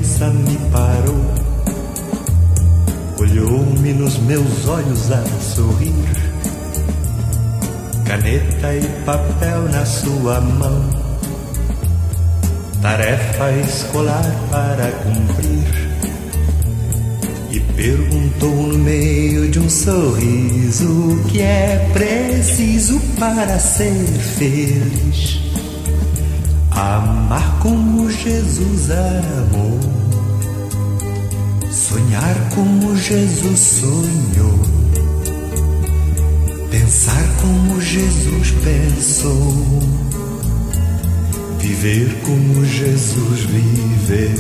pensa me parou, olhou-me nos meus olhos a sorrir, caneta e papel na sua mão, tarefa escolar para cumprir, e perguntou no meio de um sorriso o que é preciso para ser feliz. Amar como Jesus amou, sonhar como Jesus sonhou, pensar como Jesus pensou, viver como Jesus viveu,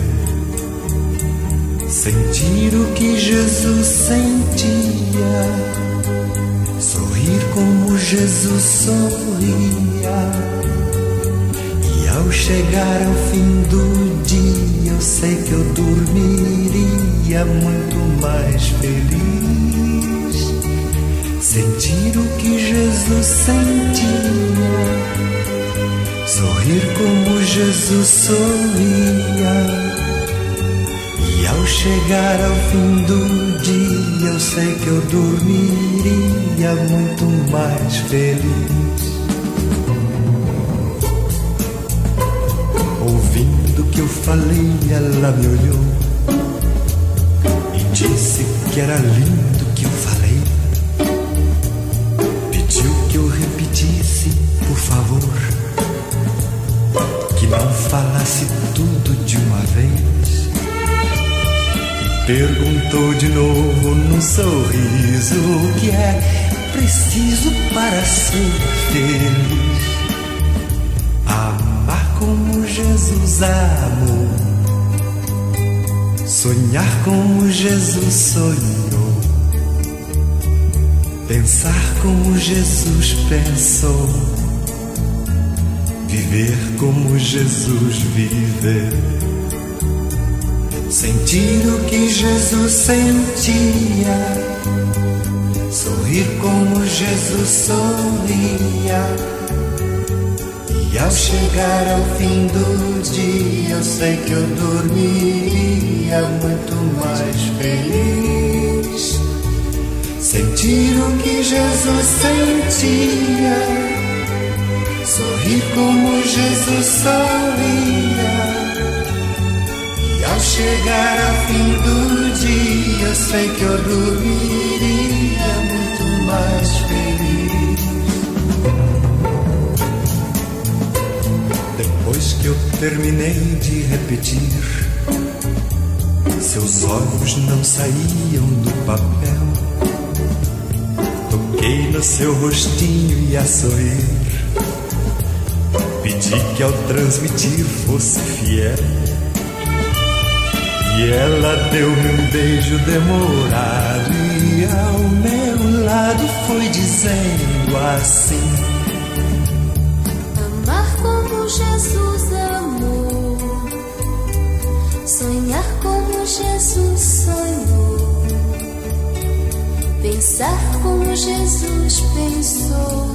sentir o que Jesus sentia, sorrir como Jesus sorria. Ao chegar ao fim do dia, eu sei que eu dormiria muito mais feliz. Sentir o que Jesus sentia, sorrir como Jesus sorria. E ao chegar ao fim do dia, eu sei que eu dormiria muito mais feliz. Ouvindo o que eu falei, ela me olhou e disse que era lindo o que eu falei. Pediu que eu repetisse, por favor, que não falasse tudo de uma vez. E perguntou de novo num sorriso o que é preciso para ser feliz. Como Jesus amou, sonhar como Jesus sonhou, pensar como Jesus pensou, viver como Jesus viveu, sentir o que Jesus sentia, sorrir como Jesus sorria. E ao chegar ao fim do dia, eu sei que eu dormiria muito mais feliz. Sentir o que Jesus sentia, sorrir como Jesus sorria. E ao chegar ao fim do dia, eu sei que eu dormiria muito mais feliz. Depois que eu terminei de repetir, seus olhos não saíam do papel. Toquei no seu rostinho e a sorrir, pedi que ao transmitir fosse fiel. E ela deu-me um beijo demorado e ao meu lado foi dizendo assim: Jesus amou, sonhar como Jesus sonhou, pensar como Jesus pensou,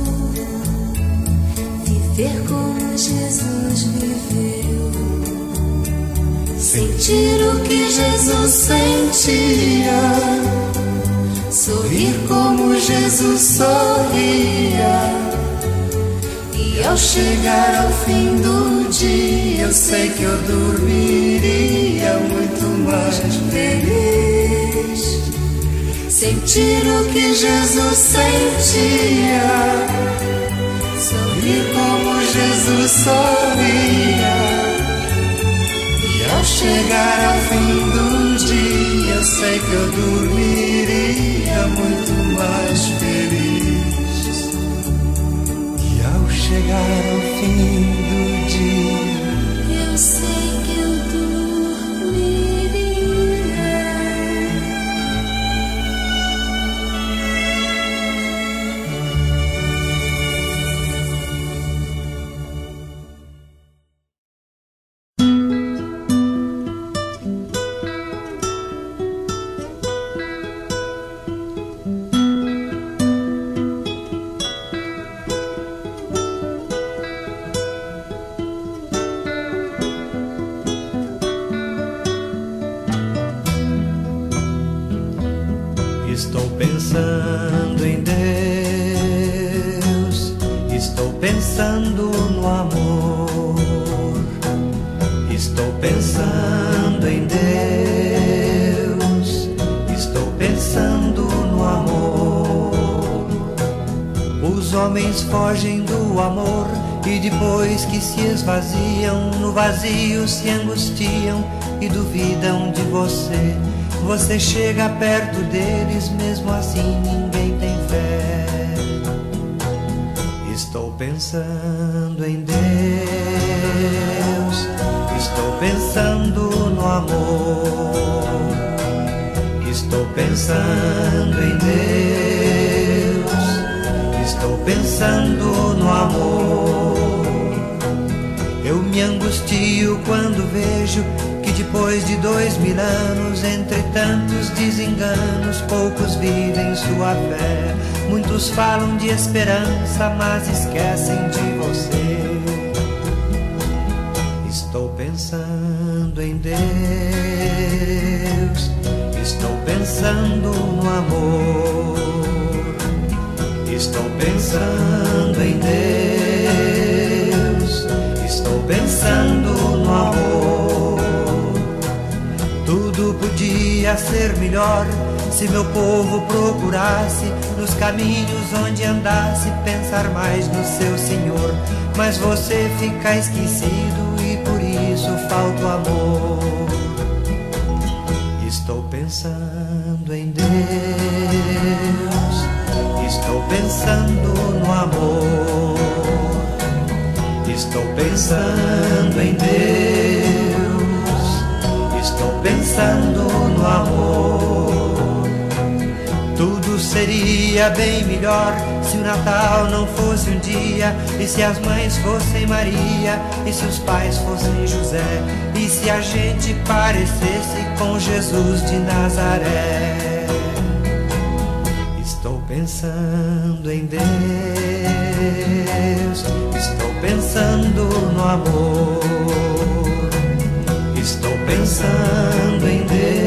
viver como Jesus viveu, sentir o que Jesus sentia, sorrir como Jesus sorria. E ao chegar ao fim do dia, eu sei que eu dormiria muito mais feliz. Sentir o que Jesus sentia, sorrir como Jesus sorria. E ao chegar ao fim do dia, eu sei que eu dormiria muito mais feliz. Chegar ao fim do dia, eu sei que eu dormiria. pensando no amor. Estou pensando em Deus. Estou pensando no amor. Os homens fogem do amor e depois que se esvaziam, no vazio se angustiam e duvidam de você. Você chega perto deles, mesmo assim ninguém tem fé. Estou pensando em Deus. Estou pensando no amor. Estou pensando em Deus. Estou pensando no amor. Eu me angustio quando vejo que depois de 2000 anos, entre tantos desenganos, poucos vivem sua fé. Muitos falam de esperança, mas esquecem de você. Estou pensando em Deus. Estou pensando no amor. Estou pensando em Deus. Estou pensando no amor. Tudo podia ser melhor se meu povo procurasse nos caminhos onde andasse, pensar mais no seu Senhor. Mas você fica esquecido e por isso falta o amor. Estou pensando em Deus. Estou pensando no amor. Estou pensando em Deus. Estou pensando no amor. Tudo seria bem melhor se o Natal não fosse um dia, e se as mães fossem Maria, e se os pais fossem José, e se a gente parecesse com Jesus de Nazaré. Estou pensando em Deus. Estou pensando no amor. Estou pensando em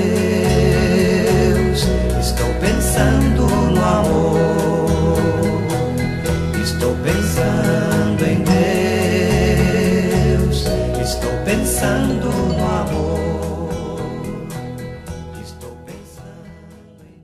Deus. Estou pensando no amor. Estou pensando em Deus. Estou pensando no amor. Estou pensando em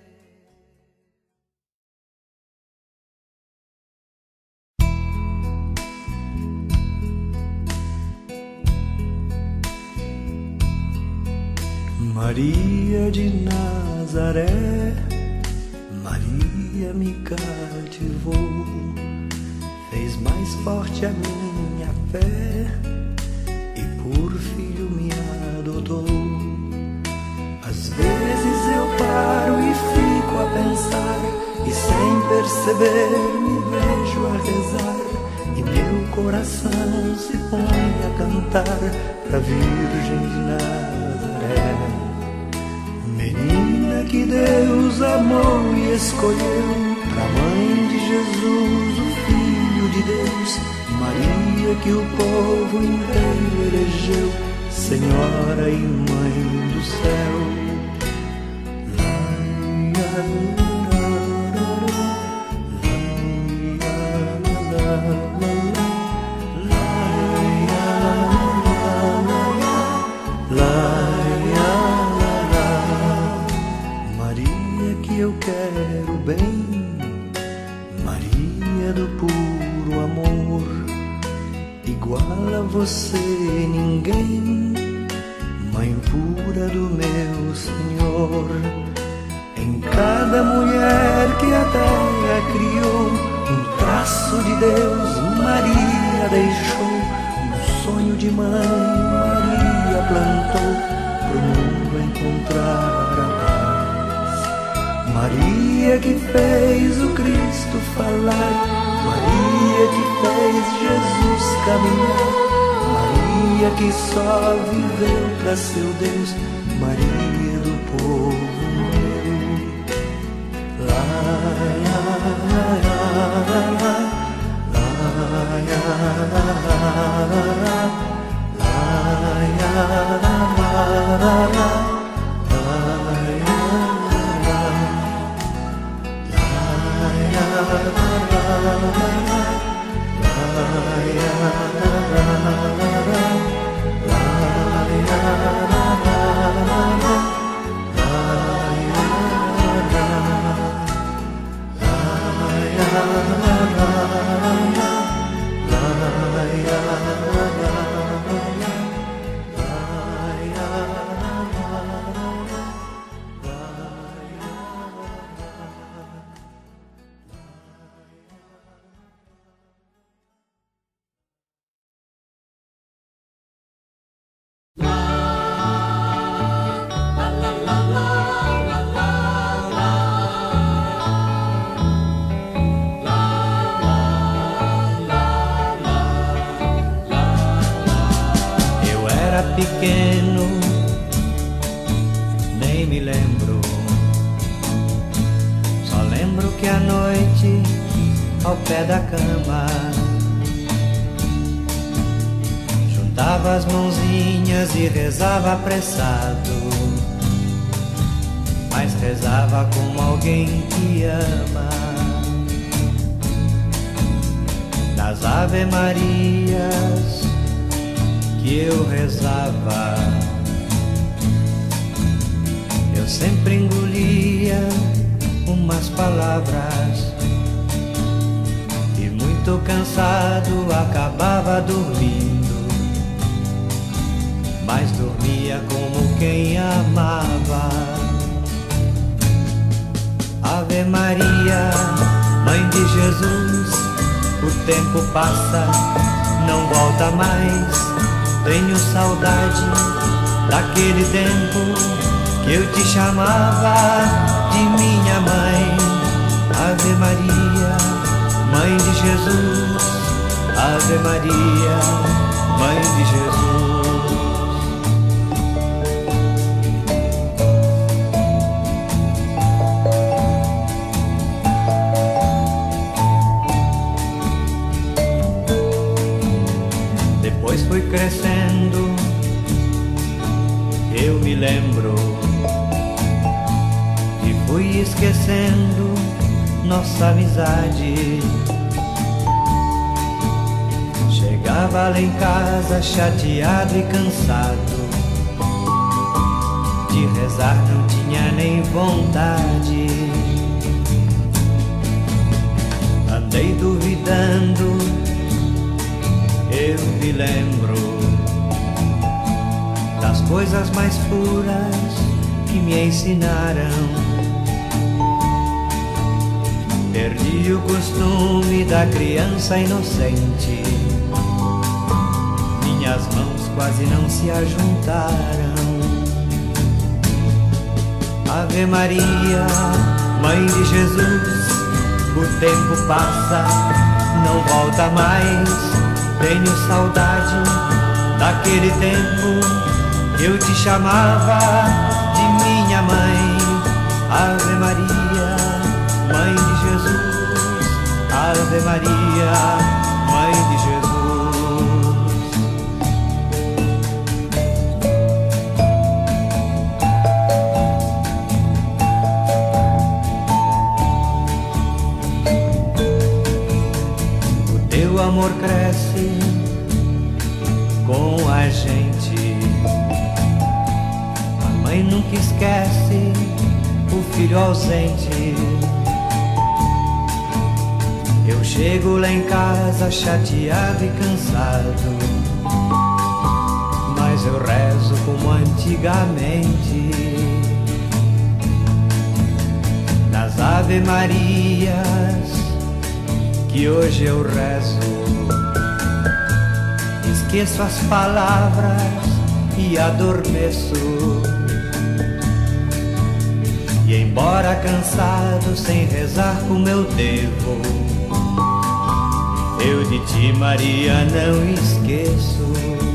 Deus. Maria de Nazaré, Maria me cativou, fez mais forte a minha fé e por filho me adotou. Às vezes eu paro e fico a pensar, e sem perceber me vejo a rezar, e meu coração se põe a cantar pra Virgem de Nazaré. Menina que Deus amou e escolheu pra mãe de Jesus, o Filho de Deus. Maria que o povo inteiro elegeu, Senhora e Mãe do céu. Eu quero bem, Maria do puro amor, igual a você ninguém, Mãe pura do meu Senhor. Em cada mulher que a terra criou, um traço de Deus Maria deixou, um sonho de mãe Maria plantou, pro mundo encontrar a paz. Maria que fez o Cristo falar, Maria que fez Jesus caminhar, Maria que só viveu pra seu Deus, Maria do povo meu. Lá, lá, lá, lá, lá, lá, lá, lá, lá. La ao pé da cama, juntava as mãozinhas e rezava apressado, mas rezava como alguém que ama. Nas Ave Marias que eu rezava, eu sempre engolia umas palavras e muito cansado acabava dormindo, mas dormia como quem amava. Ave Maria, Mãe de Jesus, o tempo passa, não volta mais. Tenho saudade daquele tempo que eu te chamava de minha mãe. Ave Maria, Mãe de Jesus, Ave Maria, Mãe de Jesus. Depois fui crescendo, eu me lembro, e fui esquecendo nossa amizade. Chegava lá em casa chateado e cansado, de rezar não tinha nem vontade. Andei duvidando, eu me lembro das coisas mais puras que me ensinaram. Perdi o costume da criança inocente, minhas mãos quase não se ajuntaram. Ave Maria, Mãe de Jesus, o tempo passa, não volta mais. Tenho saudade daquele tempo que eu te chamava de minha mãe. Ave Maria, Mãe de Jesus, Ave Maria, Mãe de Jesus. O teu amor cresce com a gente, a mãe nunca esquece o filho ausente. Eu chego lá em casa chateado e cansado, mas eu rezo como antigamente. Nas Ave Marias que hoje eu rezo, esqueço as palavras e adormeço. E embora cansado, sem rezar como eu devo, eu de ti, Maria, não esqueço.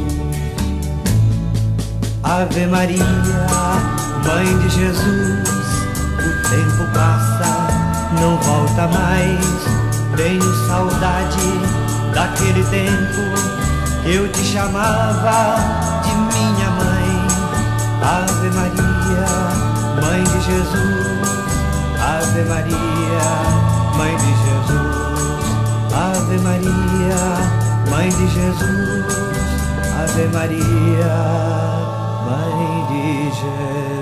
Ave Maria, Mãe de Jesus, o tempo passa, não volta mais. Tenho saudade daquele tempo que eu te chamava de minha mãe. Ave Maria, Mãe de Jesus, Ave Maria, Mãe de Jesus. Ave Maria, Mãe de Jesus, Ave Maria, Mãe de Jesus.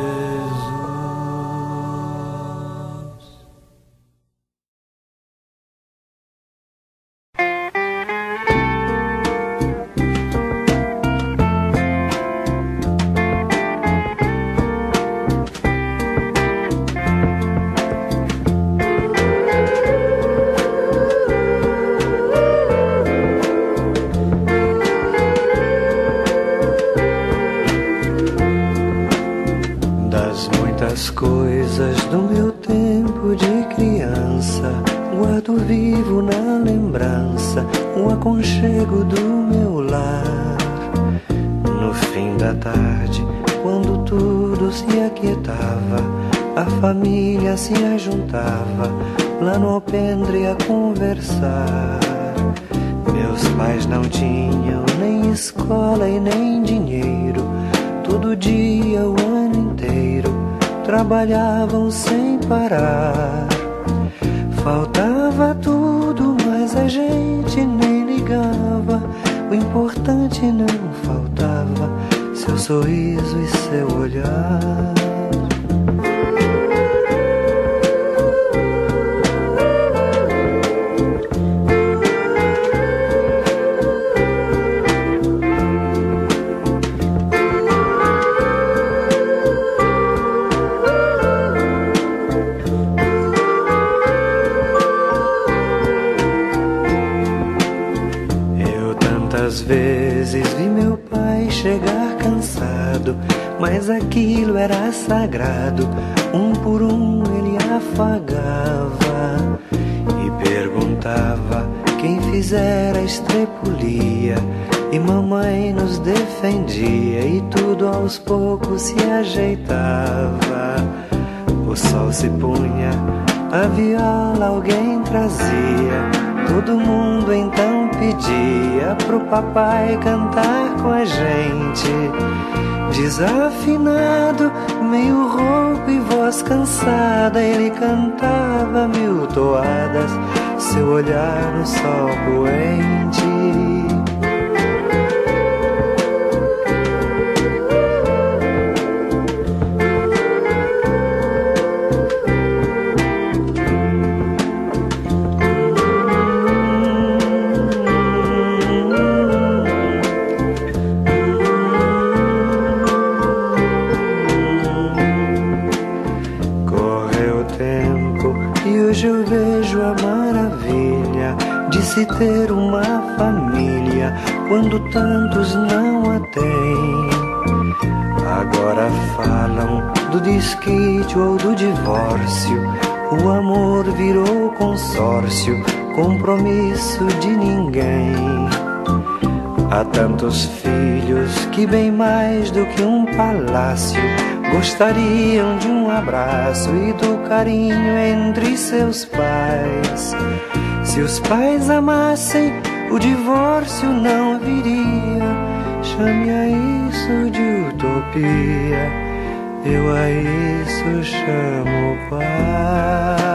Coisas do meu tempo de criança, guardo vivo na lembrança o aconchego do meu lar. No fim da tarde, quando tudo se aquietava, a família se ajuntava lá no alpendre a conversar. Meus pais não tinham nem escola e nem dinheiro. Todo dia, o ano inteiro, trabalhavam sem parar. Faltava tudo, mas a gente nem ligava. O importante não faltava, seu sorriso e seu olhar. Às vezes vi meu pai chegar cansado, mas aquilo era sagrado. Um por um ele afagava e perguntava quem fizera a estrepulia. E mamãe nos defendia e tudo aos poucos se ajeitava. O sol se punha, a viola alguém trazia. Todo mundo então pedia pro papai cantar com a gente. Desafinado, meio rouco e voz cansada, ele cantava 1000 toadas, seu olhar no sol poente. Se ter uma família quando tantos não a têm. Agora falam do desquite ou do divórcio. O amor virou consórcio, compromisso de ninguém. Há tantos filhos que bem mais do que um palácio gostariam de um abraço e do carinho entre seus pais. Se os pais amassem, o divórcio não viria. Chame a isso de utopia, eu a isso chamo paz.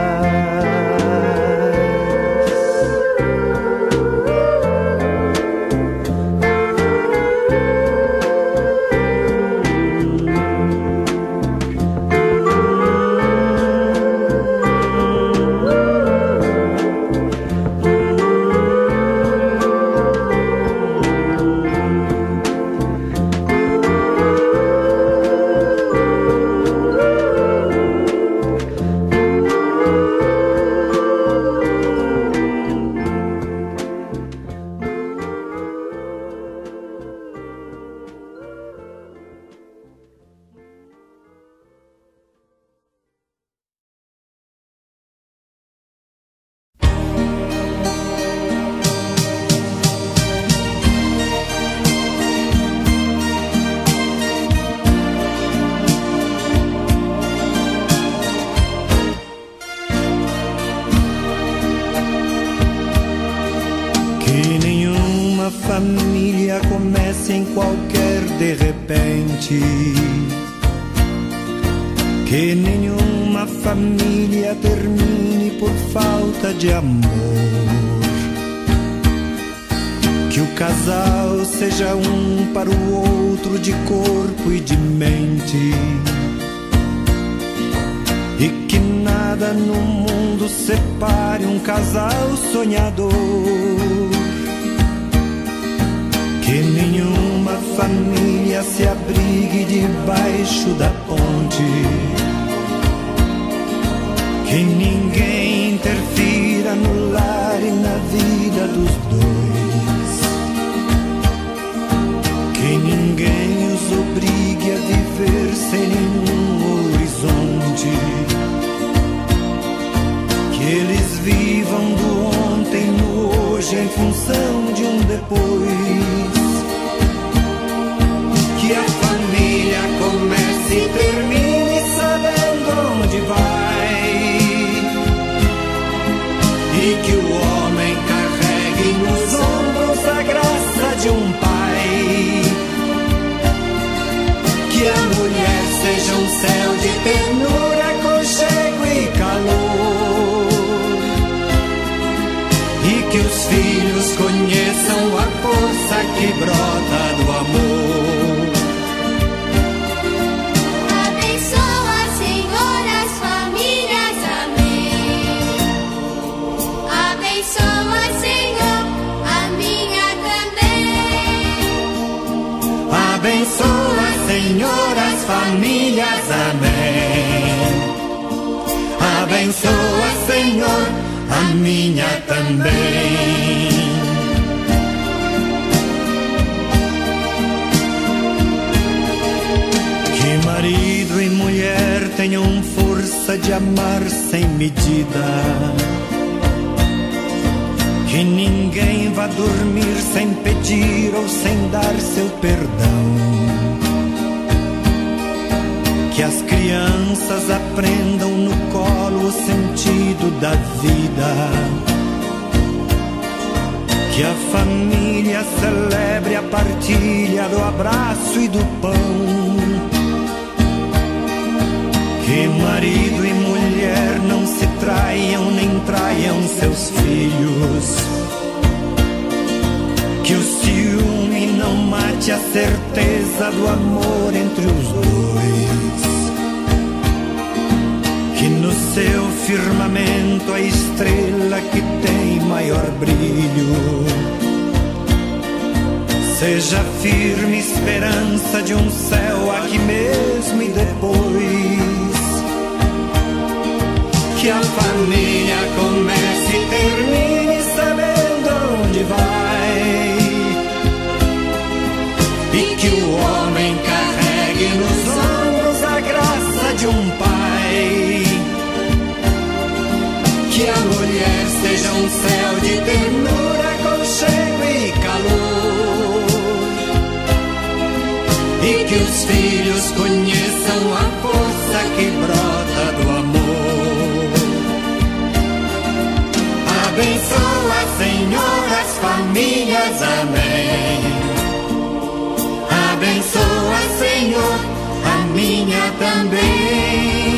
Família comece em qualquer de repente. Que nenhuma família termine por falta de amor. Que o casal seja um para o outro de corpo e de mente. E que nada no mundo separe um casal sonhador. Que nenhuma família se abrigue debaixo da ponte. Que ninguém interfira no lar e na vida dos dois. Que ninguém os obrigue a viver sem nenhum horizonte. Que eles vivam do ontem no hoje em função de um depois. Que a família comece e termine sabendo onde vai. que os filhos conheçam a força que brota do amor. Abençoa, Senhor, as famílias, amém. Abençoa, Senhor, a minha também. Abençoa, Senhor, as famílias, amém. Abençoa, Senhor, a minha também. Que marido e mulher tenham força de amar sem medida. Que ninguém vá dormir sem pedir ou sem dar seu perdão. Que as crianças aprendam no colo o sentido da vida. Que a família celebre a partilha do abraço e do pão. Que marido e mulher não se traiam nem traiam seus filhos. Que o ciúme não mate a certeza do amor entre os dois. Que no seu firmamento a estrela que tem maior brilho seja firme esperança de um céu aqui mesmo e depois. Que a família comece e termine sabendo onde vai. E que o homem carregue nos ombros a graça de um pai. Que a mulher seja um céu de ternura, aconchego e calor. E que os filhos conheçam a força que brota do amor. Abençoa, Senhor, as famílias, amém. Abençoa, Senhor, a minha também.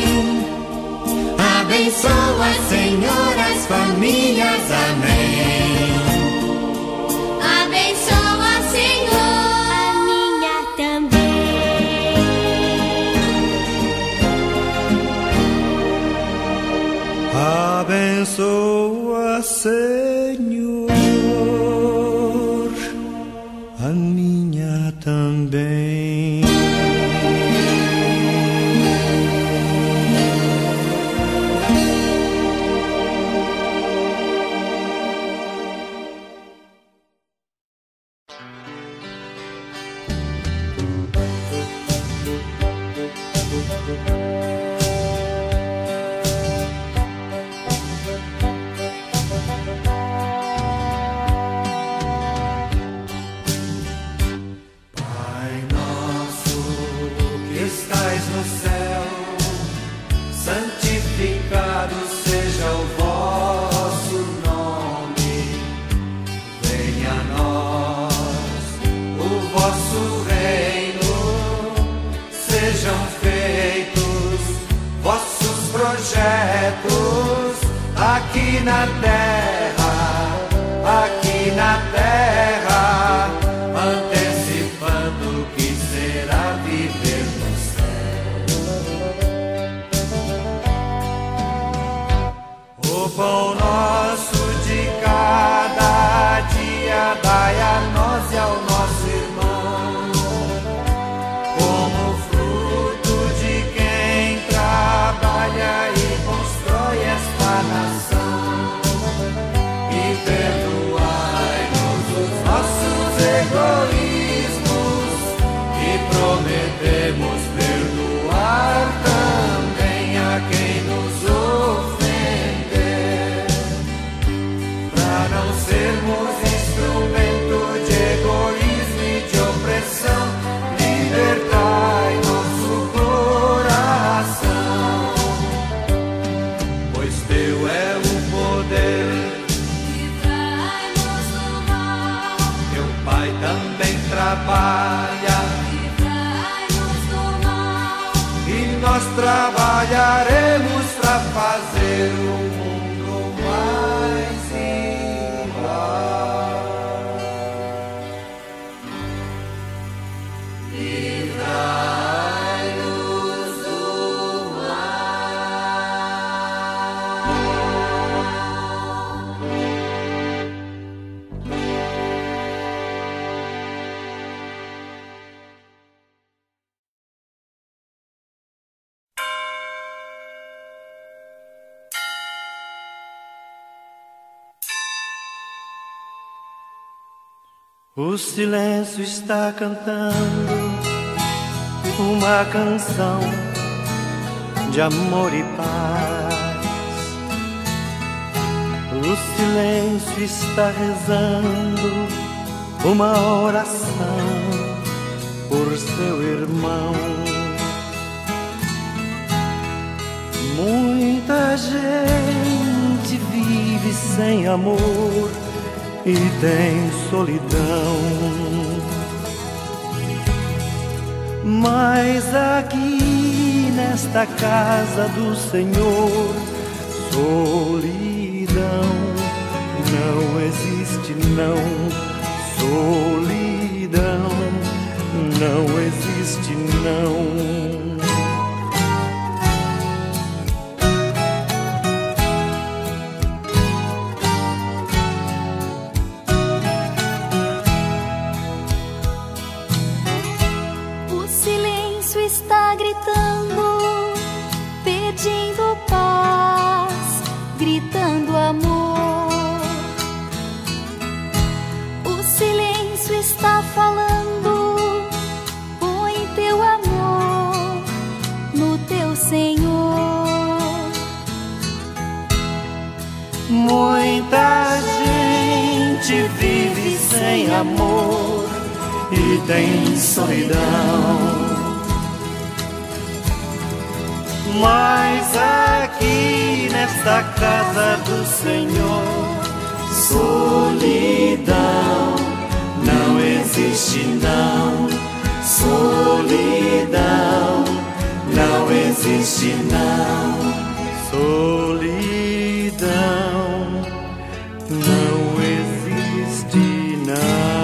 Abençoa, Senhor, as famílias, amém. Abençoa, Senhor, a minha também. Abençoa, Senhor, a minha também. Aqui na terra, antecipando o que será viver no céu. O pão nosso de cada dia dai a nós e ao nosso irmão, como fruto de quem trabalha e constrói esta nação. Prometemos perdoar também a quem nos ofender, pra não sermos instrumento de egoísmo e de opressão. Libertai nosso coração, pois teu é o poder. Livrai-nos do mal. Teu Pai também trabalha. Nós trabalharemos para fazer o mundo mais igual. O silêncio está cantando uma canção de amor e paz. O silêncio está rezando uma oração por seu irmão. Muita gente vive sem amor e tem solidão, mas aqui nesta casa do Senhor, solidão não existe não, solidão não existe não. Está gritando, pedindo paz, gritando amor. O silêncio está falando, põe teu amor no teu Senhor. Muita gente vive sem amor e tem solidão, mas aqui nesta casa do Senhor, solidão não existe não, solidão não existe não, solidão não existe não.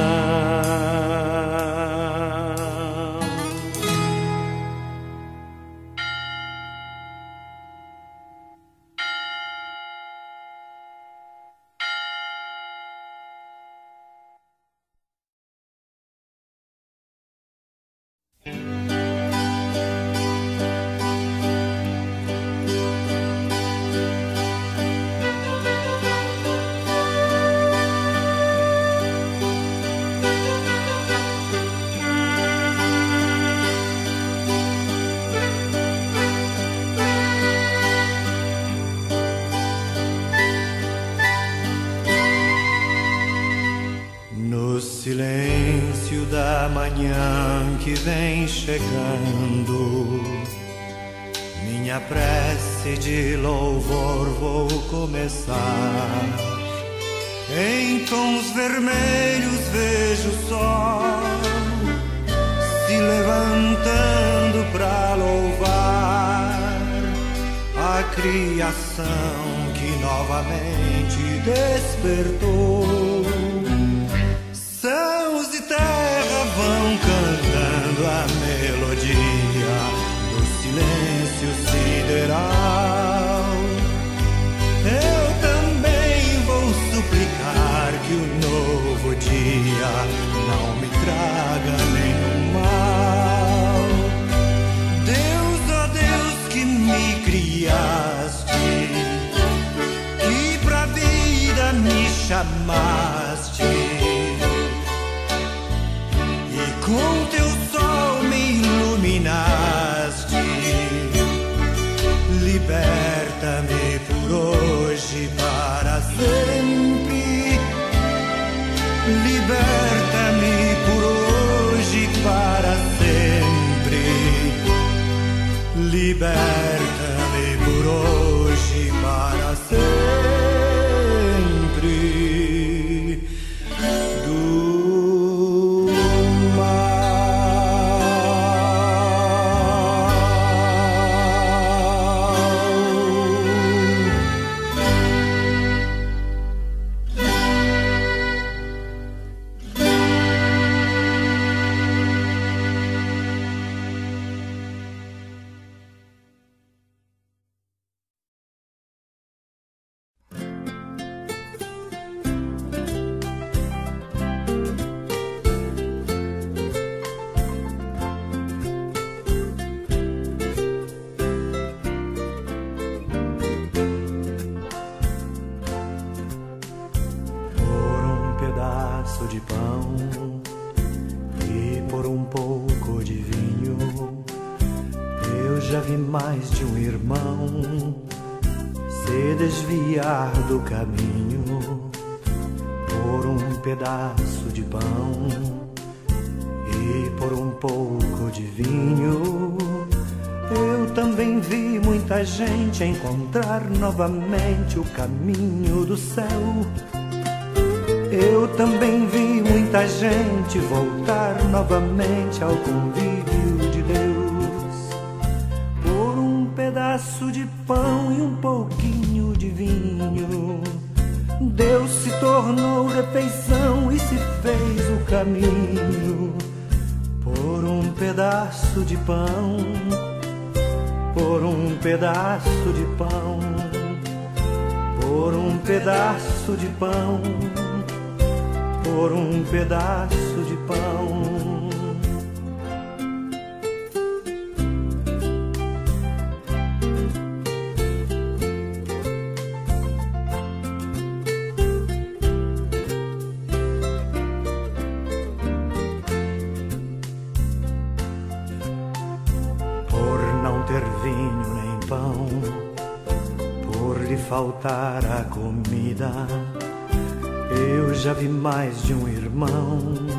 No silêncio da manhã que vem chegando, minha prece de louvor vou começar. Em tons vermelhos vejo o sol se levantando pra louvar a criação que novamente despertou. Céus e terra vão cantando a melodia do silêncio sideral. Eu também vou suplicar que o novo dia não me traga nenhum mal. Deus, ó Deus, que me criaste, que pra vida me chamaste, com teu sol me iluminaste. Liberta-me por hoje para sempre. Liberta-me por hoje para sempre. Liberta-me por hoje para sempre. pedaço de pão e por um pouco de vinho, eu já vi mais de um irmão se desviar do caminho por um pedaço de pão e por um pouco de vinho. Eu também vi muita gente encontrar novamente o caminho do céu. Eu também vi muita gente voltar novamente ao convívio de Deus. Por um pedaço de pão e um pouquinho de vinho, Deus se tornou refeição e se fez o caminho. Por um pedaço de pão, por um pedaço de pão, por um pedaço de pão, por um pedaço de pão. Vinho nem pão, por lhe faltar a comida, eu já vi mais de um irmão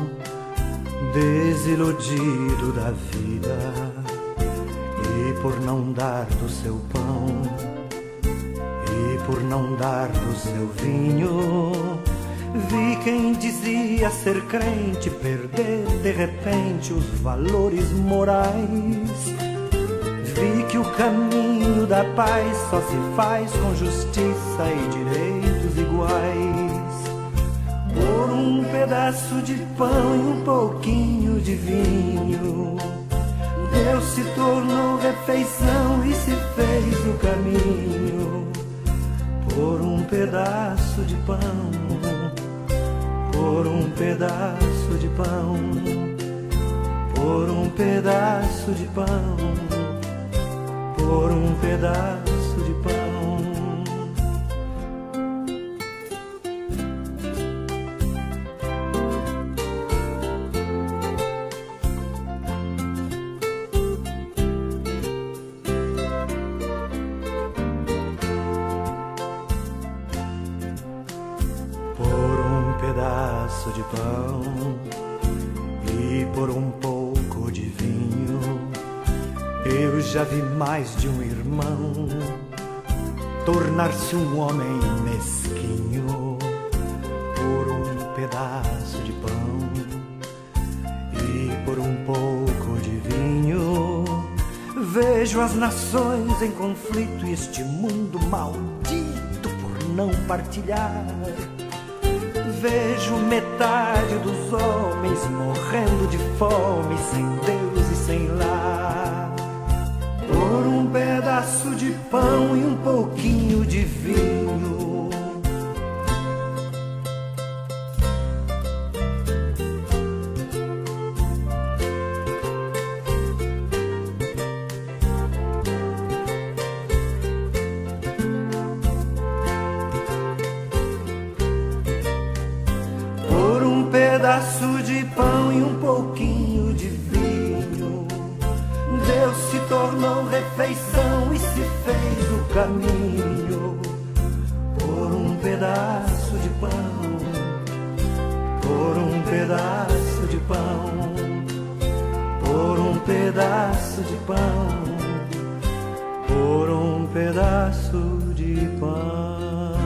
desiludido da vida, e por não dar do seu pão e por não dar do seu vinho, vi quem dizia ser crente perder de repente os valores morais. Vi que o caminho da paz só se faz com justiça e direitos iguais. Por um pedaço de pão e um pouquinho de vinho, Deus se tornou refeição e se fez o caminho. Por um pedaço de pão, por um pedaço de pão, por um pedaço de pão, por um pedaço de pão. Por um pedaço de pão e por um pouco de vinho, eu já vi mais de um irmão tornar-se um homem mesquinho por um pedaço de pão e por um pouco de vinho. Vejo as nações em conflito e este mundo maldito por não partilhar. Vejo metade dos homens morrendo de fome, sem Deus e sem lar. Por um pedaço de pão e um pouquinho de vinho, por um pedaço de pão e um pouquinho de vinho, Deus se tornou refeição e se fez o caminho. Por um pedaço de pão, por um pedaço de pão, por um pedaço de pão, por um pedaço de pão.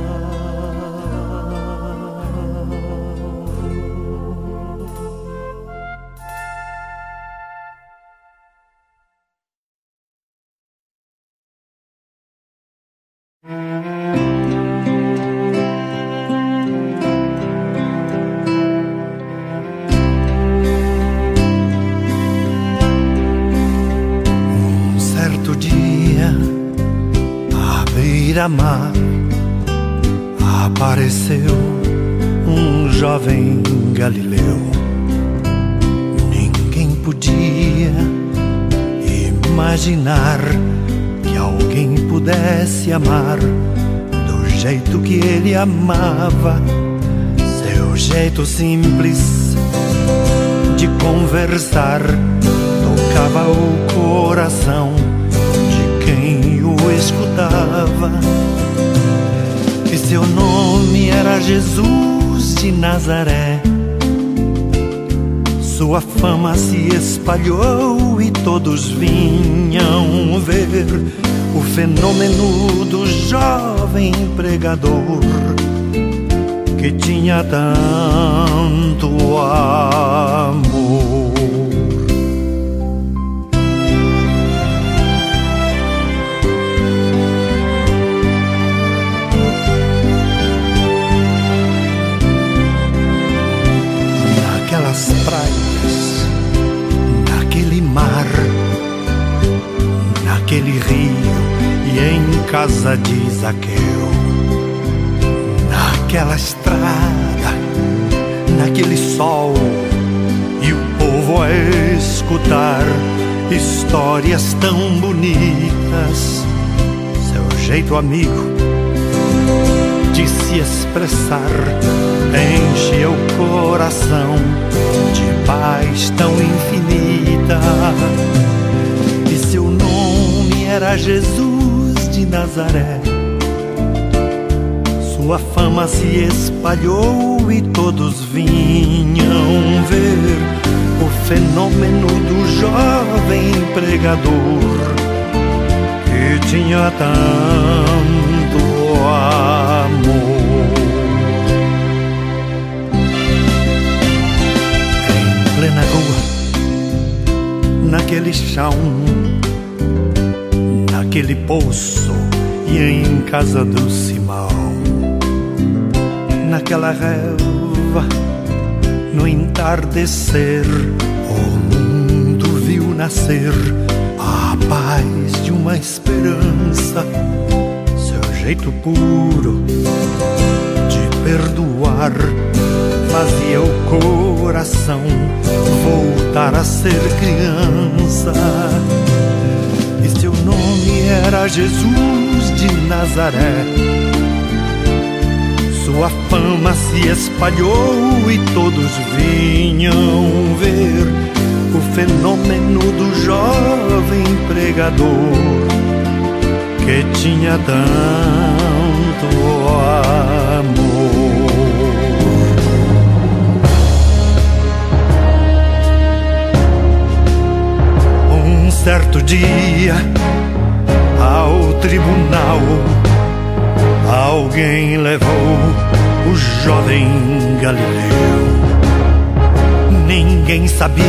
Mar, apareceu um jovem galileu. Ninguém podia imaginar que alguém pudesse amar do jeito que ele amava. Seu jeito simples de conversar tocava o coração de quem o escutava. E seu nome era Jesus de Nazaré. Sua fama se espalhou e todos vinham ver o fenômeno do jovem pregador que tinha tanto amor. Naquelas praias, naquele mar, naquele rio e em casa de Zaqueu, naquela estrada, naquele sol, e o povo a escutar histórias tão bonitas. Seu jeito amigo de se expressar enchia o coração de paz tão infinita. E seu nome era Jesus de Nazaré. Sua fama se espalhou e todos vinham ver o fenômeno do jovem pregador que tinha tanto amor. Em plena rua, naquele chão, naquele poço e em casa do Simão, naquela relva, no entardecer, o mundo viu nascer a paz de uma esperança. Seu jeito puro de perdoar fazia o coração voltar a ser criança. E seu nome era Jesus de Nazaré. Sua fama se espalhou e todos vinham ver o fenômeno do jovem pregador que tinha tanto amor. Um certo dia, ao tribunal, alguém levou o jovem Galileu. Ninguém sabia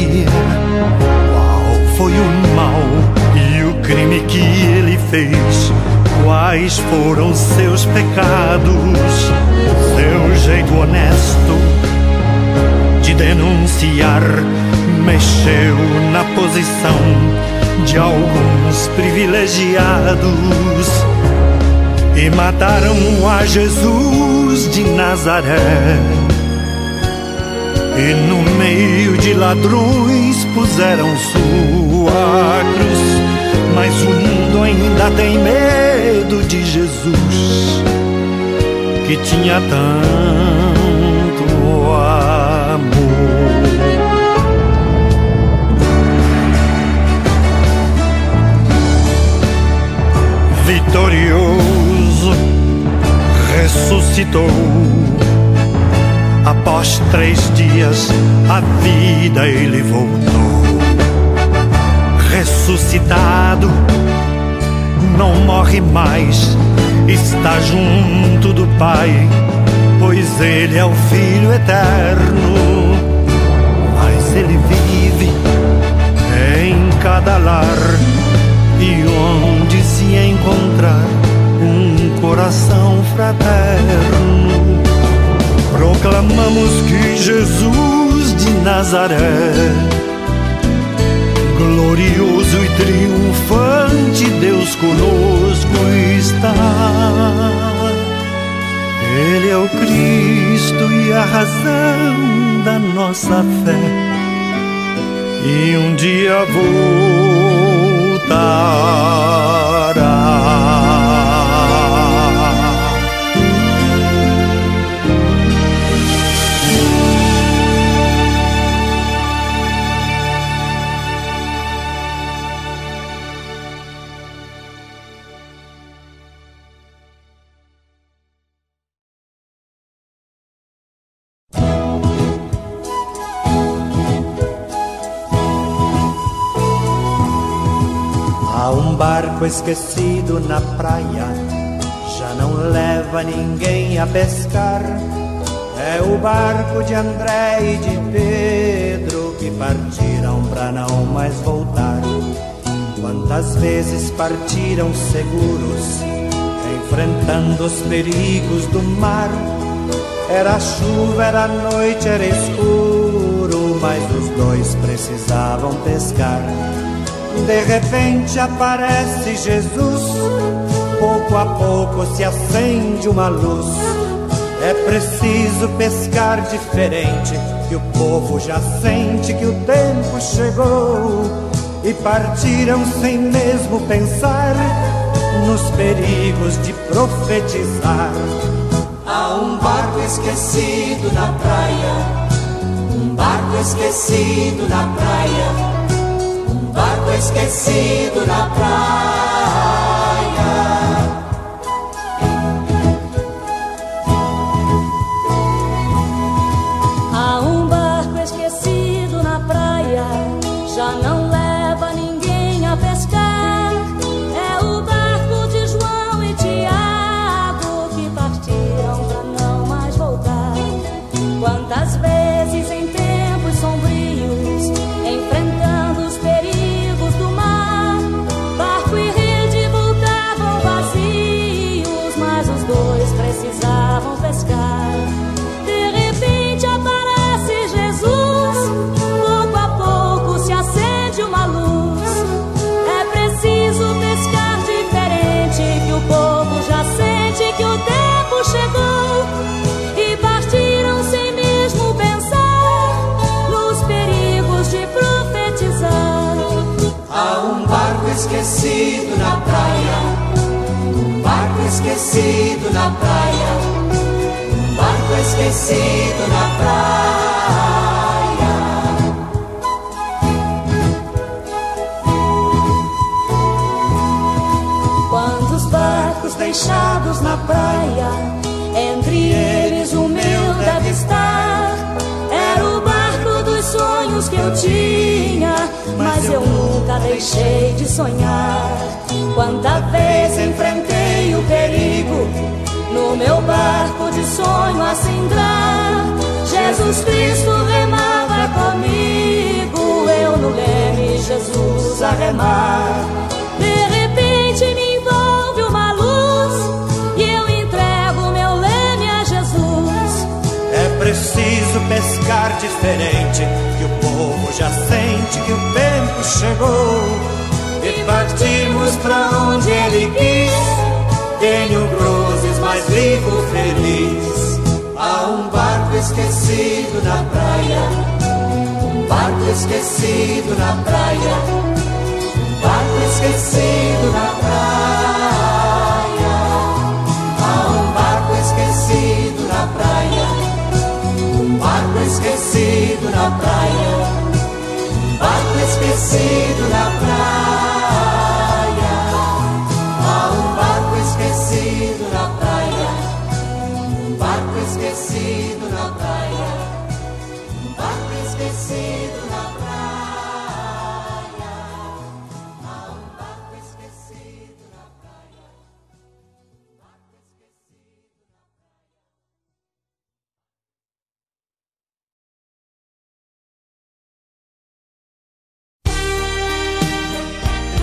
qual foi o mal e o crime que ele fez, quais foram seus pecados. Seu jeito honesto de denunciar mexeu na posição de alguns privilegiados e mataram a Jesus de Nazaré. E no meio de ladrões puseram sua cruz. Mas o mundo ainda tem medo de Jesus, que tinha tanto amor. Vitorioso, ressuscitou. Após 3 dias, a vida ele voltou. Ressuscitado, não morre mais, está junto do Pai, pois ele é o Filho eterno. Mas ele vive em cada lar, e onde se encontrar um coração fraterno, proclamamos que Jesus de Nazaré, glorioso e triunfante, Deus conosco está. Ele é o Cristo e a razão da nossa fé, e um dia voltará. barco esquecido na praia já não leva ninguém a pescar. É o barco de André e de Pedro que partiram pra não mais voltar. Quantas vezes partiram seguros, enfrentando os perigos do mar. Era chuva, era noite, era escuro, mas os dois precisavam pescar. De repente aparece Jesus, pouco a pouco se acende uma luz. É preciso pescar diferente, que o povo já sente que o tempo chegou. E partiram sem mesmo pensar nos perigos de profetizar. Há um barco esquecido na praia, um barco esquecido na praia, um barco esquecido na praia. Há um barco esquecido na praia, já não leva ninguém a pescar. É o barco de João e Tiago que partiram pra não mais voltar. Quantas vezes em tempos sombrios, enfrentando os perigos do mar, barco e rede voltavam vazios, mas os dois precisavam pescar. De repente aparece Jesus, pouco a pouco se acende uma luz. É preciso pescar diferente, que o povo já sente que o tempo chegou. E partiram sem mesmo pensar nos perigos de profetizar. Há um barco esquecido na praia, um barco esquecido na praia, um barco esquecido na praia. Quantos barcos deixados na praia, entre eles o meu deve estar. Era o barco dos sonhos que eu tinha, mas eu nunca deixei de sonhar. Quanta vez enfrentei o perigo, no meu barco de sonho a cindrar. Jesus Cristo remava comigo, eu no leme, Jesus a remar. De repente me envolve uma luz e eu entrego meu leme a Jesus. É preciso pescar diferente, que o povo já sente que o tempo chegou. E partimos pra onde Ele quis, tenho cruzes, mas vivo feliz. Há um barco esquecido na praia, um barco esquecido na praia, um barco esquecido na praia. Há um barco esquecido na praia, um barco esquecido na praia, um barco esquecido na praia. Há um barco esquecido na praia, um barco esquecido na praia, um barco esquecido na praia. Há um barco esquecido na praia, um barco esquecido na praia.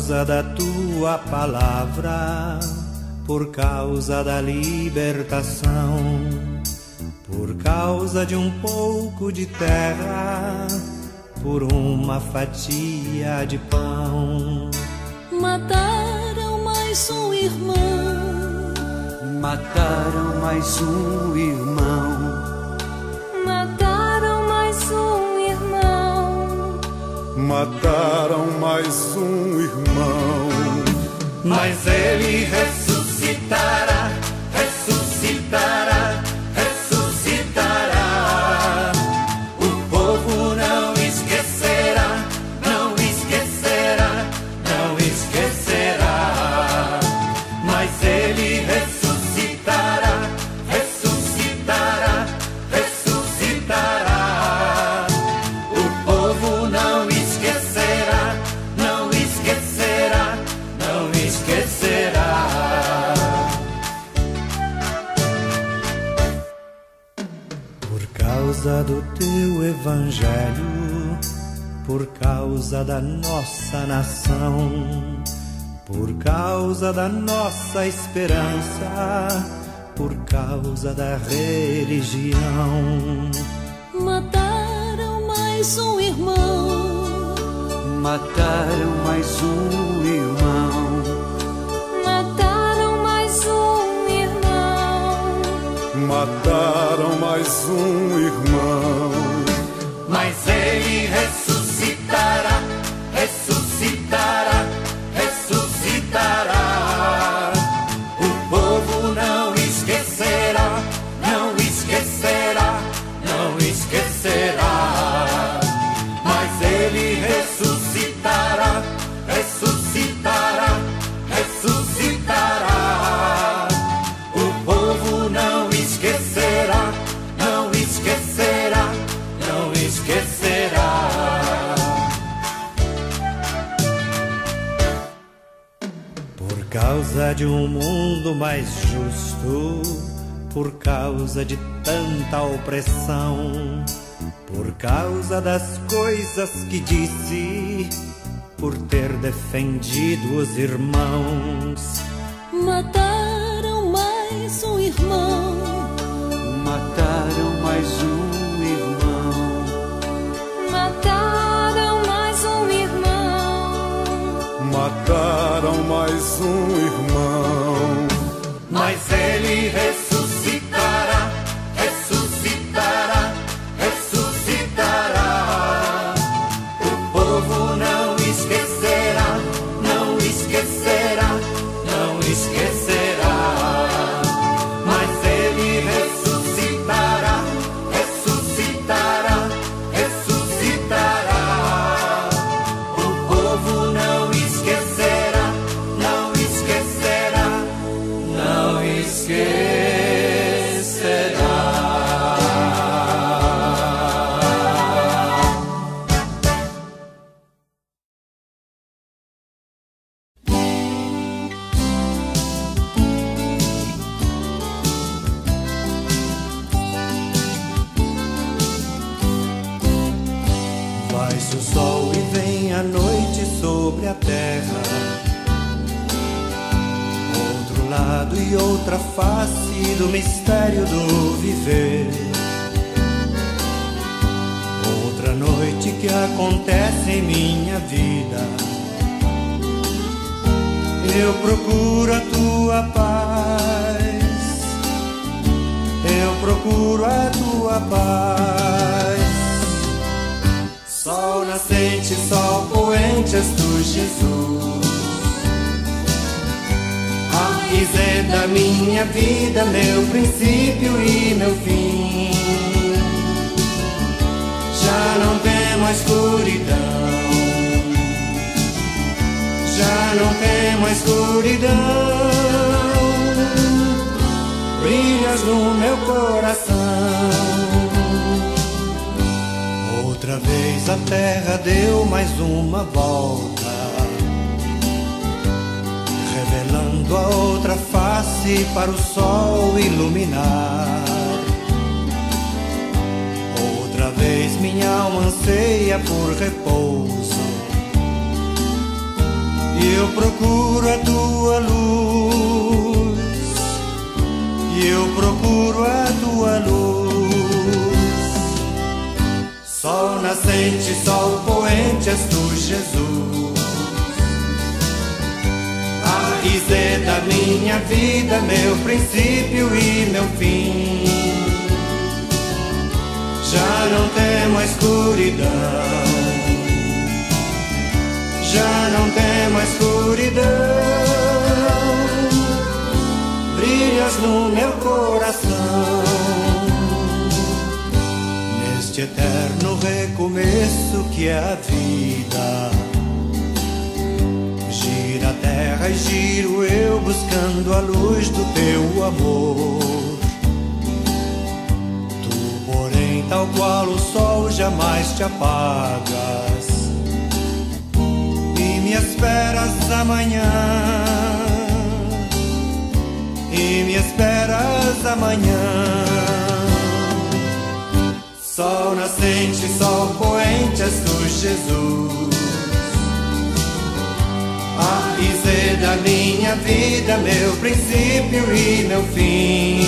causa da tua palavra, por causa da libertação, por causa de um pouco de terra, por uma fatia de pão. Mataram mais um irmão, mataram mais um irmão, mataram mais um irmão, mataram mais um irmão. Mas ele ressuscitará, ressuscitará, ressuscitará. O povo não esquecerá, não esquecerá, não esquecerá. Mas ele ressuscitará, ressuscitará, ressuscitará. O povo não esquecerá, não esquecerá, não esquecerá. Por causa do teu evangelho, por causa da nossa nação, por causa da nossa esperança, por causa da religião. mataram mais um irmão, mataram mais um irmão, mataram mais um irmão, Mataram mais um irmão. Mas ele ressuscitará, ressuscitará, ressuscitará. O povo não esquecerá, não esquecerá, não esquecerá. Mas ele ressuscitará, ressuscitará, ressuscitará. O povo não esquecerá, não esquecerá, não esquecerá. Por causa de um mundo mais justo, por causa de tanta opressão, por causa das coisas que disse, por ter defendido os irmãos. mataram mais um irmão, mataram mais um irmão, mataram mais um irmão, Mataram mais um irmão. Mas ele ressuscitará, ressuscitará, ressuscitará. O povo não esquecerá, não esquecerá, não esquecerá. Mas ele ressuscitará, ressuscitará, ressuscitará. O povo não esquecerá, não esquecerá, não esquecerá. Vai-se o sol e vem a noite sobre a terra, outro lado e outra face do mistério do viver. Outra noite que acontece em minha vida, eu procuro a tua paz, eu procuro a tua paz. Sol nascente, sol poente, és tu, Jesus. Arquizé da minha vida, meu princípio e meu fim. Já não temo a escuridão, já não temo a escuridão. Brilhas no meu coração. Outra vez a terra deu mais uma volta, revelando a outra face para o sol iluminar. Outra vez minha alma anseia por repouso, Eu procuro a tua luz, eu procuro a tua luz. Sol nascente, sol poente, és tu, Jesus. A raiz é da minha vida, meu princípio e meu fim. Já não temo a escuridão, já não temo a escuridão. Brilhas no meu coração, neste eterno recomeço que é a vida. Gira a terra e giro eu buscando a luz do teu amor. Tu, porém, tal qual o sol, jamais te apagas e me esperas amanhã, e me esperas amanhã. Sol nascente, sol poente, és tu, Jesus. A raiz da minha vida, meu princípio e meu fim.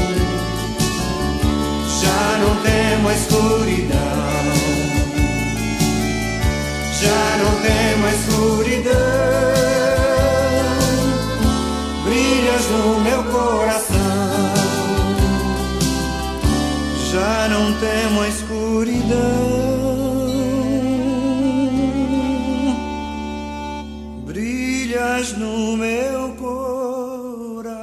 Já não temo a escuridão, já não temo a escuridão. Brilhas no meu coração, já não temo a escuridão. Brilhas no meu coração.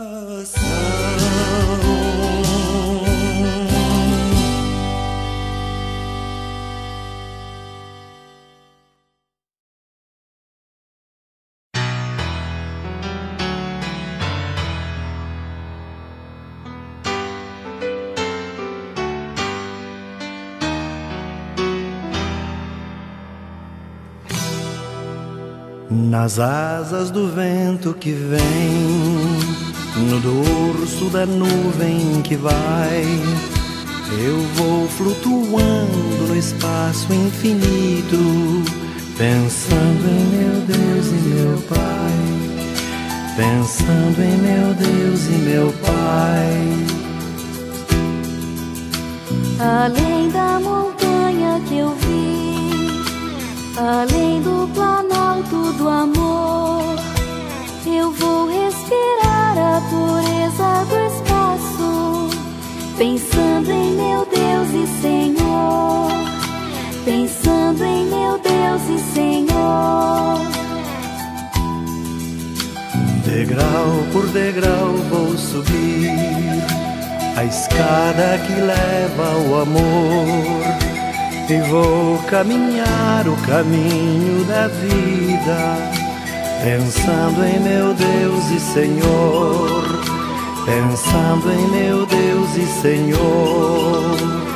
Nas asas do vento que vem, no dorso da nuvem que vai, eu vou flutuando no espaço infinito, pensando em meu Deus e meu Pai, pensando em meu Deus e meu Pai. Além da montanha que eu vi, além do planalto do amor, eu vou respirar a pureza do espaço, pensando em meu Deus e Senhor, pensando em meu Deus e Senhor. Degrau por degrau vou subir a escada que leva ao amor, e vou caminhar o caminho da vida, pensando em meu Deus e Senhor, pensando em meu Deus e Senhor.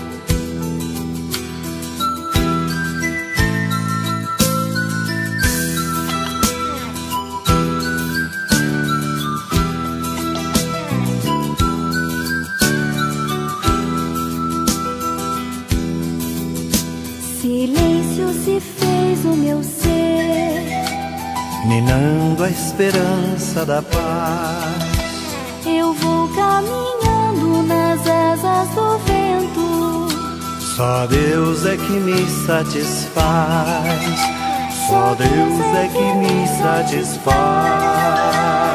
Silêncio se fez o meu ser, Ninando a esperança da paz. eu vou caminhando nas asas do vento. Só Deus é que me satisfaz, só Deus é que me satisfaz.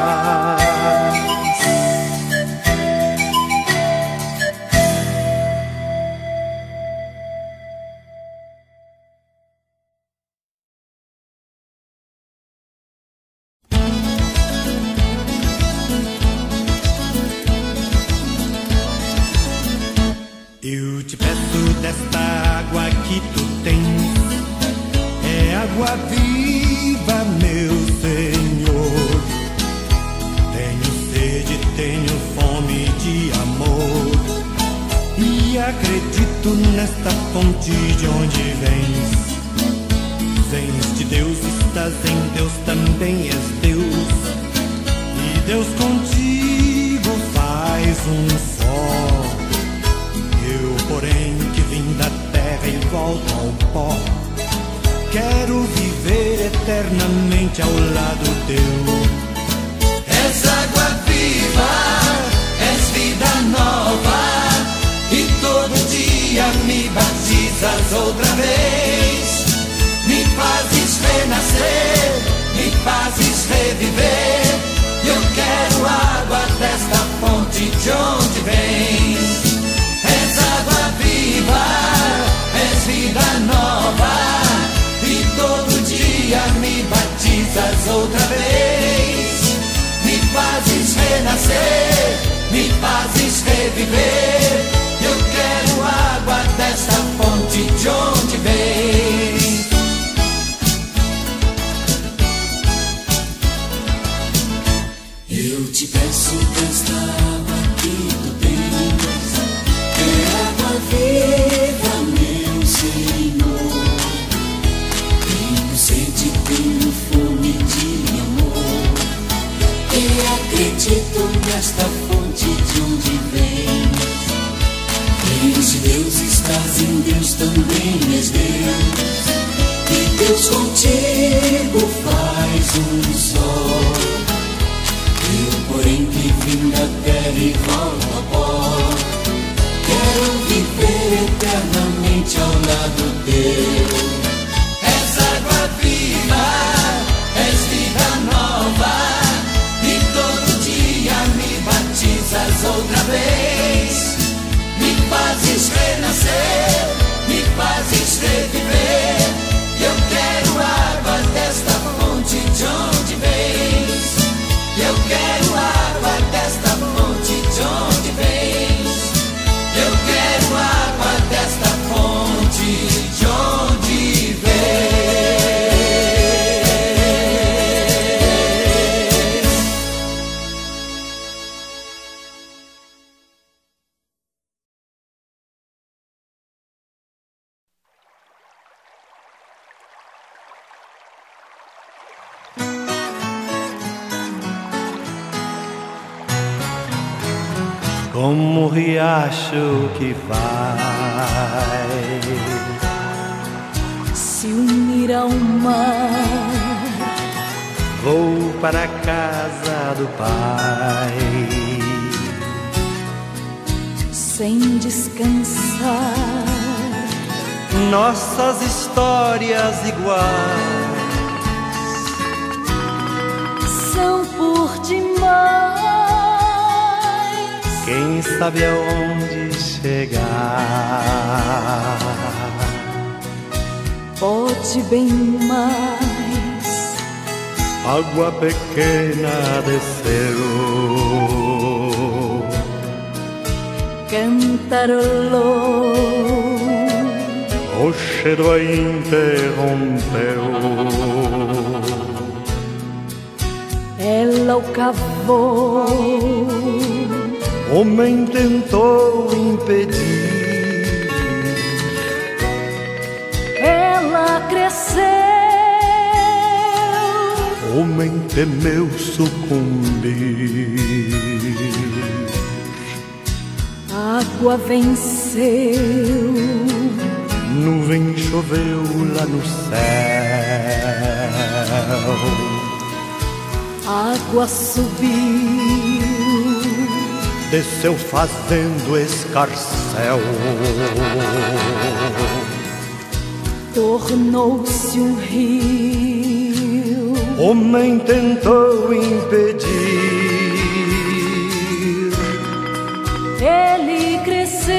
Eu te peço desta água que tu tens, é água viva, meu Senhor. Tenho sede, tenho fome de amor, e acredito nesta fonte de onde vens. Vens de Deus, estás em Deus, também és Deus, e Deus contigo faz um só. Eu, porém, que vim da terra e volto ao pó, quero viver eternamente ao lado teu. És água viva, és vida nova, e todo dia me batizas outra vez. Me fazes renascer, me fazes reviver. Eu quero água desta fonte de onde vens. És água viva, és vida nova, e todo dia me batizas outra vez. Me fazes renascer, me fazes reviver. Eu quero água desta fonte de onde vens. Eu te peço desta água que tu tens, é água viva, meu Senhor. Tenho sede, tenho fome de amor, e acredito nesta fonte de onde vens. Se Deus estás em Deus, também és Deus, e Deus contigo faz um só. Eu, porém, que vim da terra e volto ao pó, quero viver eternamente ao lado teu. És água viva, és vida nova, e todo dia me batizas outra vez. Me fazes renascer, me fazes reviver. Eu quero água desta fonte de onde vens. Eu quero água desta fonte de onde vens. Eu quero água desta fonte de onde vens. Como o riacho que vai se unir ao mar, vou para a casa do Pai, sem descansar. nossas histórias iguais são por demais. Quem sabe aonde chegar? Pode bem mais. Água pequena desceu, cantarolou, o cheiro a interrompeu. Ela o cavou, homem tentou impedir, ela cresceu, homem temeu sucumbir. água venceu, Nuvem choveu lá no céu, água subiu, desceu fazendo escarcéu. tornou-se um rio, Homem tentou impedir, ele cresceu,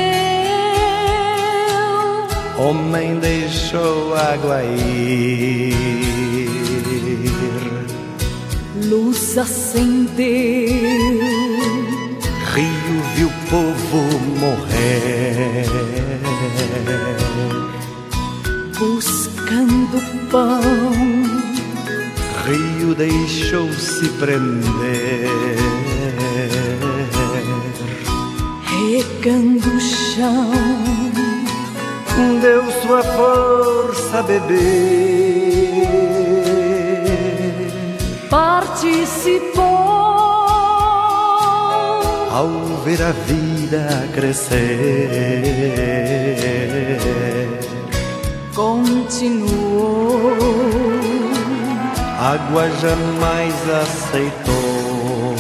homem deixou água ir. luz acendeu, Rio viu o povo morrer, buscando pão, Rio deixou-se prender, regando o chão, deu sua força a beber, participou, ao ver a vida crescer. continuou, água jamais aceitou.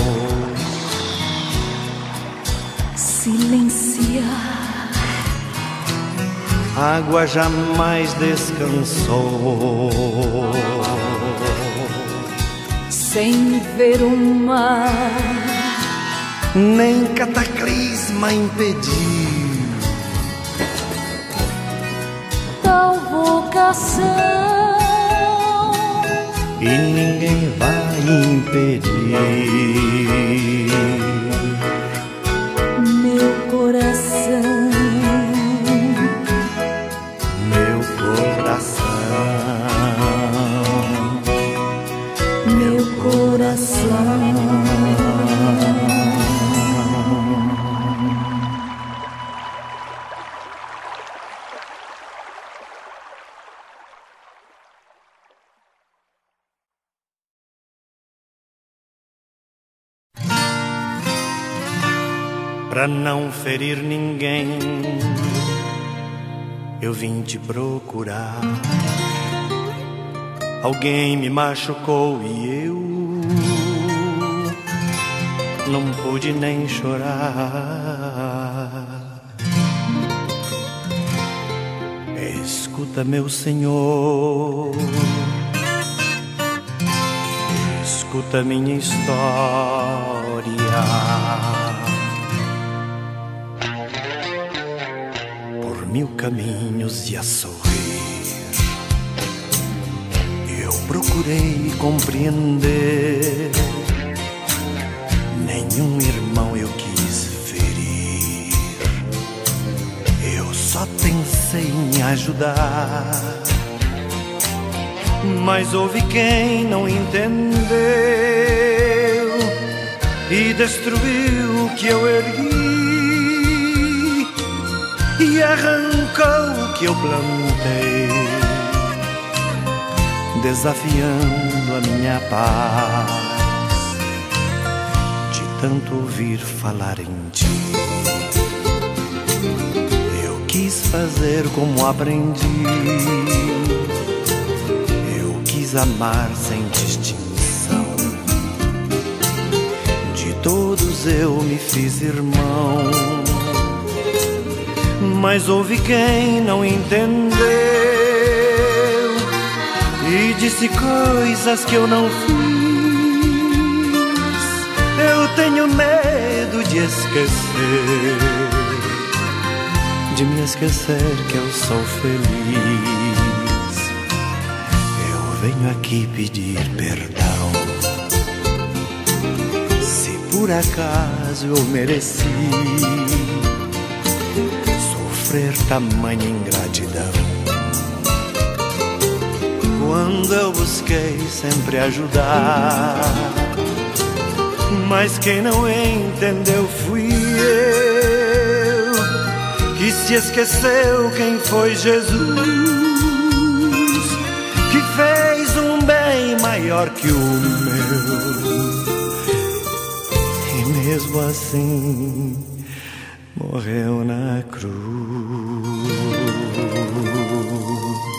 Silenciar, água jamais descansou. sem ver o mar, nem cataclisma impediu tal vocação, e ninguém vai impedir meu coração, meu coração, meu coração. Pra não ferir ninguém, eu vim te procurar. Alguém me machucou e eu não pude nem chorar. Escuta, meu Senhor, escuta minha história. Mil caminhos e a sorrir, eu procurei compreender. Nenhum irmão eu quis ferir, eu só pensei em ajudar. Mas houve quem não entendeu e destruiu o que eu ergui e arrancou o que eu plantei, desafiando a minha paz, de tanto ouvir falar em ti. Eu quis fazer como aprendi, eu quis amar sem distinção. De todos eu me fiz irmão, mas houve quem não entendeu e disse coisas que eu não fiz. Eu tenho medo de esquecer, de me esquecer que eu sou feliz. Eu venho aqui pedir perdão, se por acaso eu mereci tamanha ingratidão. Quando eu busquei sempre ajudar, mas quem não entendeu fui eu, que se esqueceu quem foi Jesus, que fez um bem maior que o meu, e mesmo assim morreu na cruz.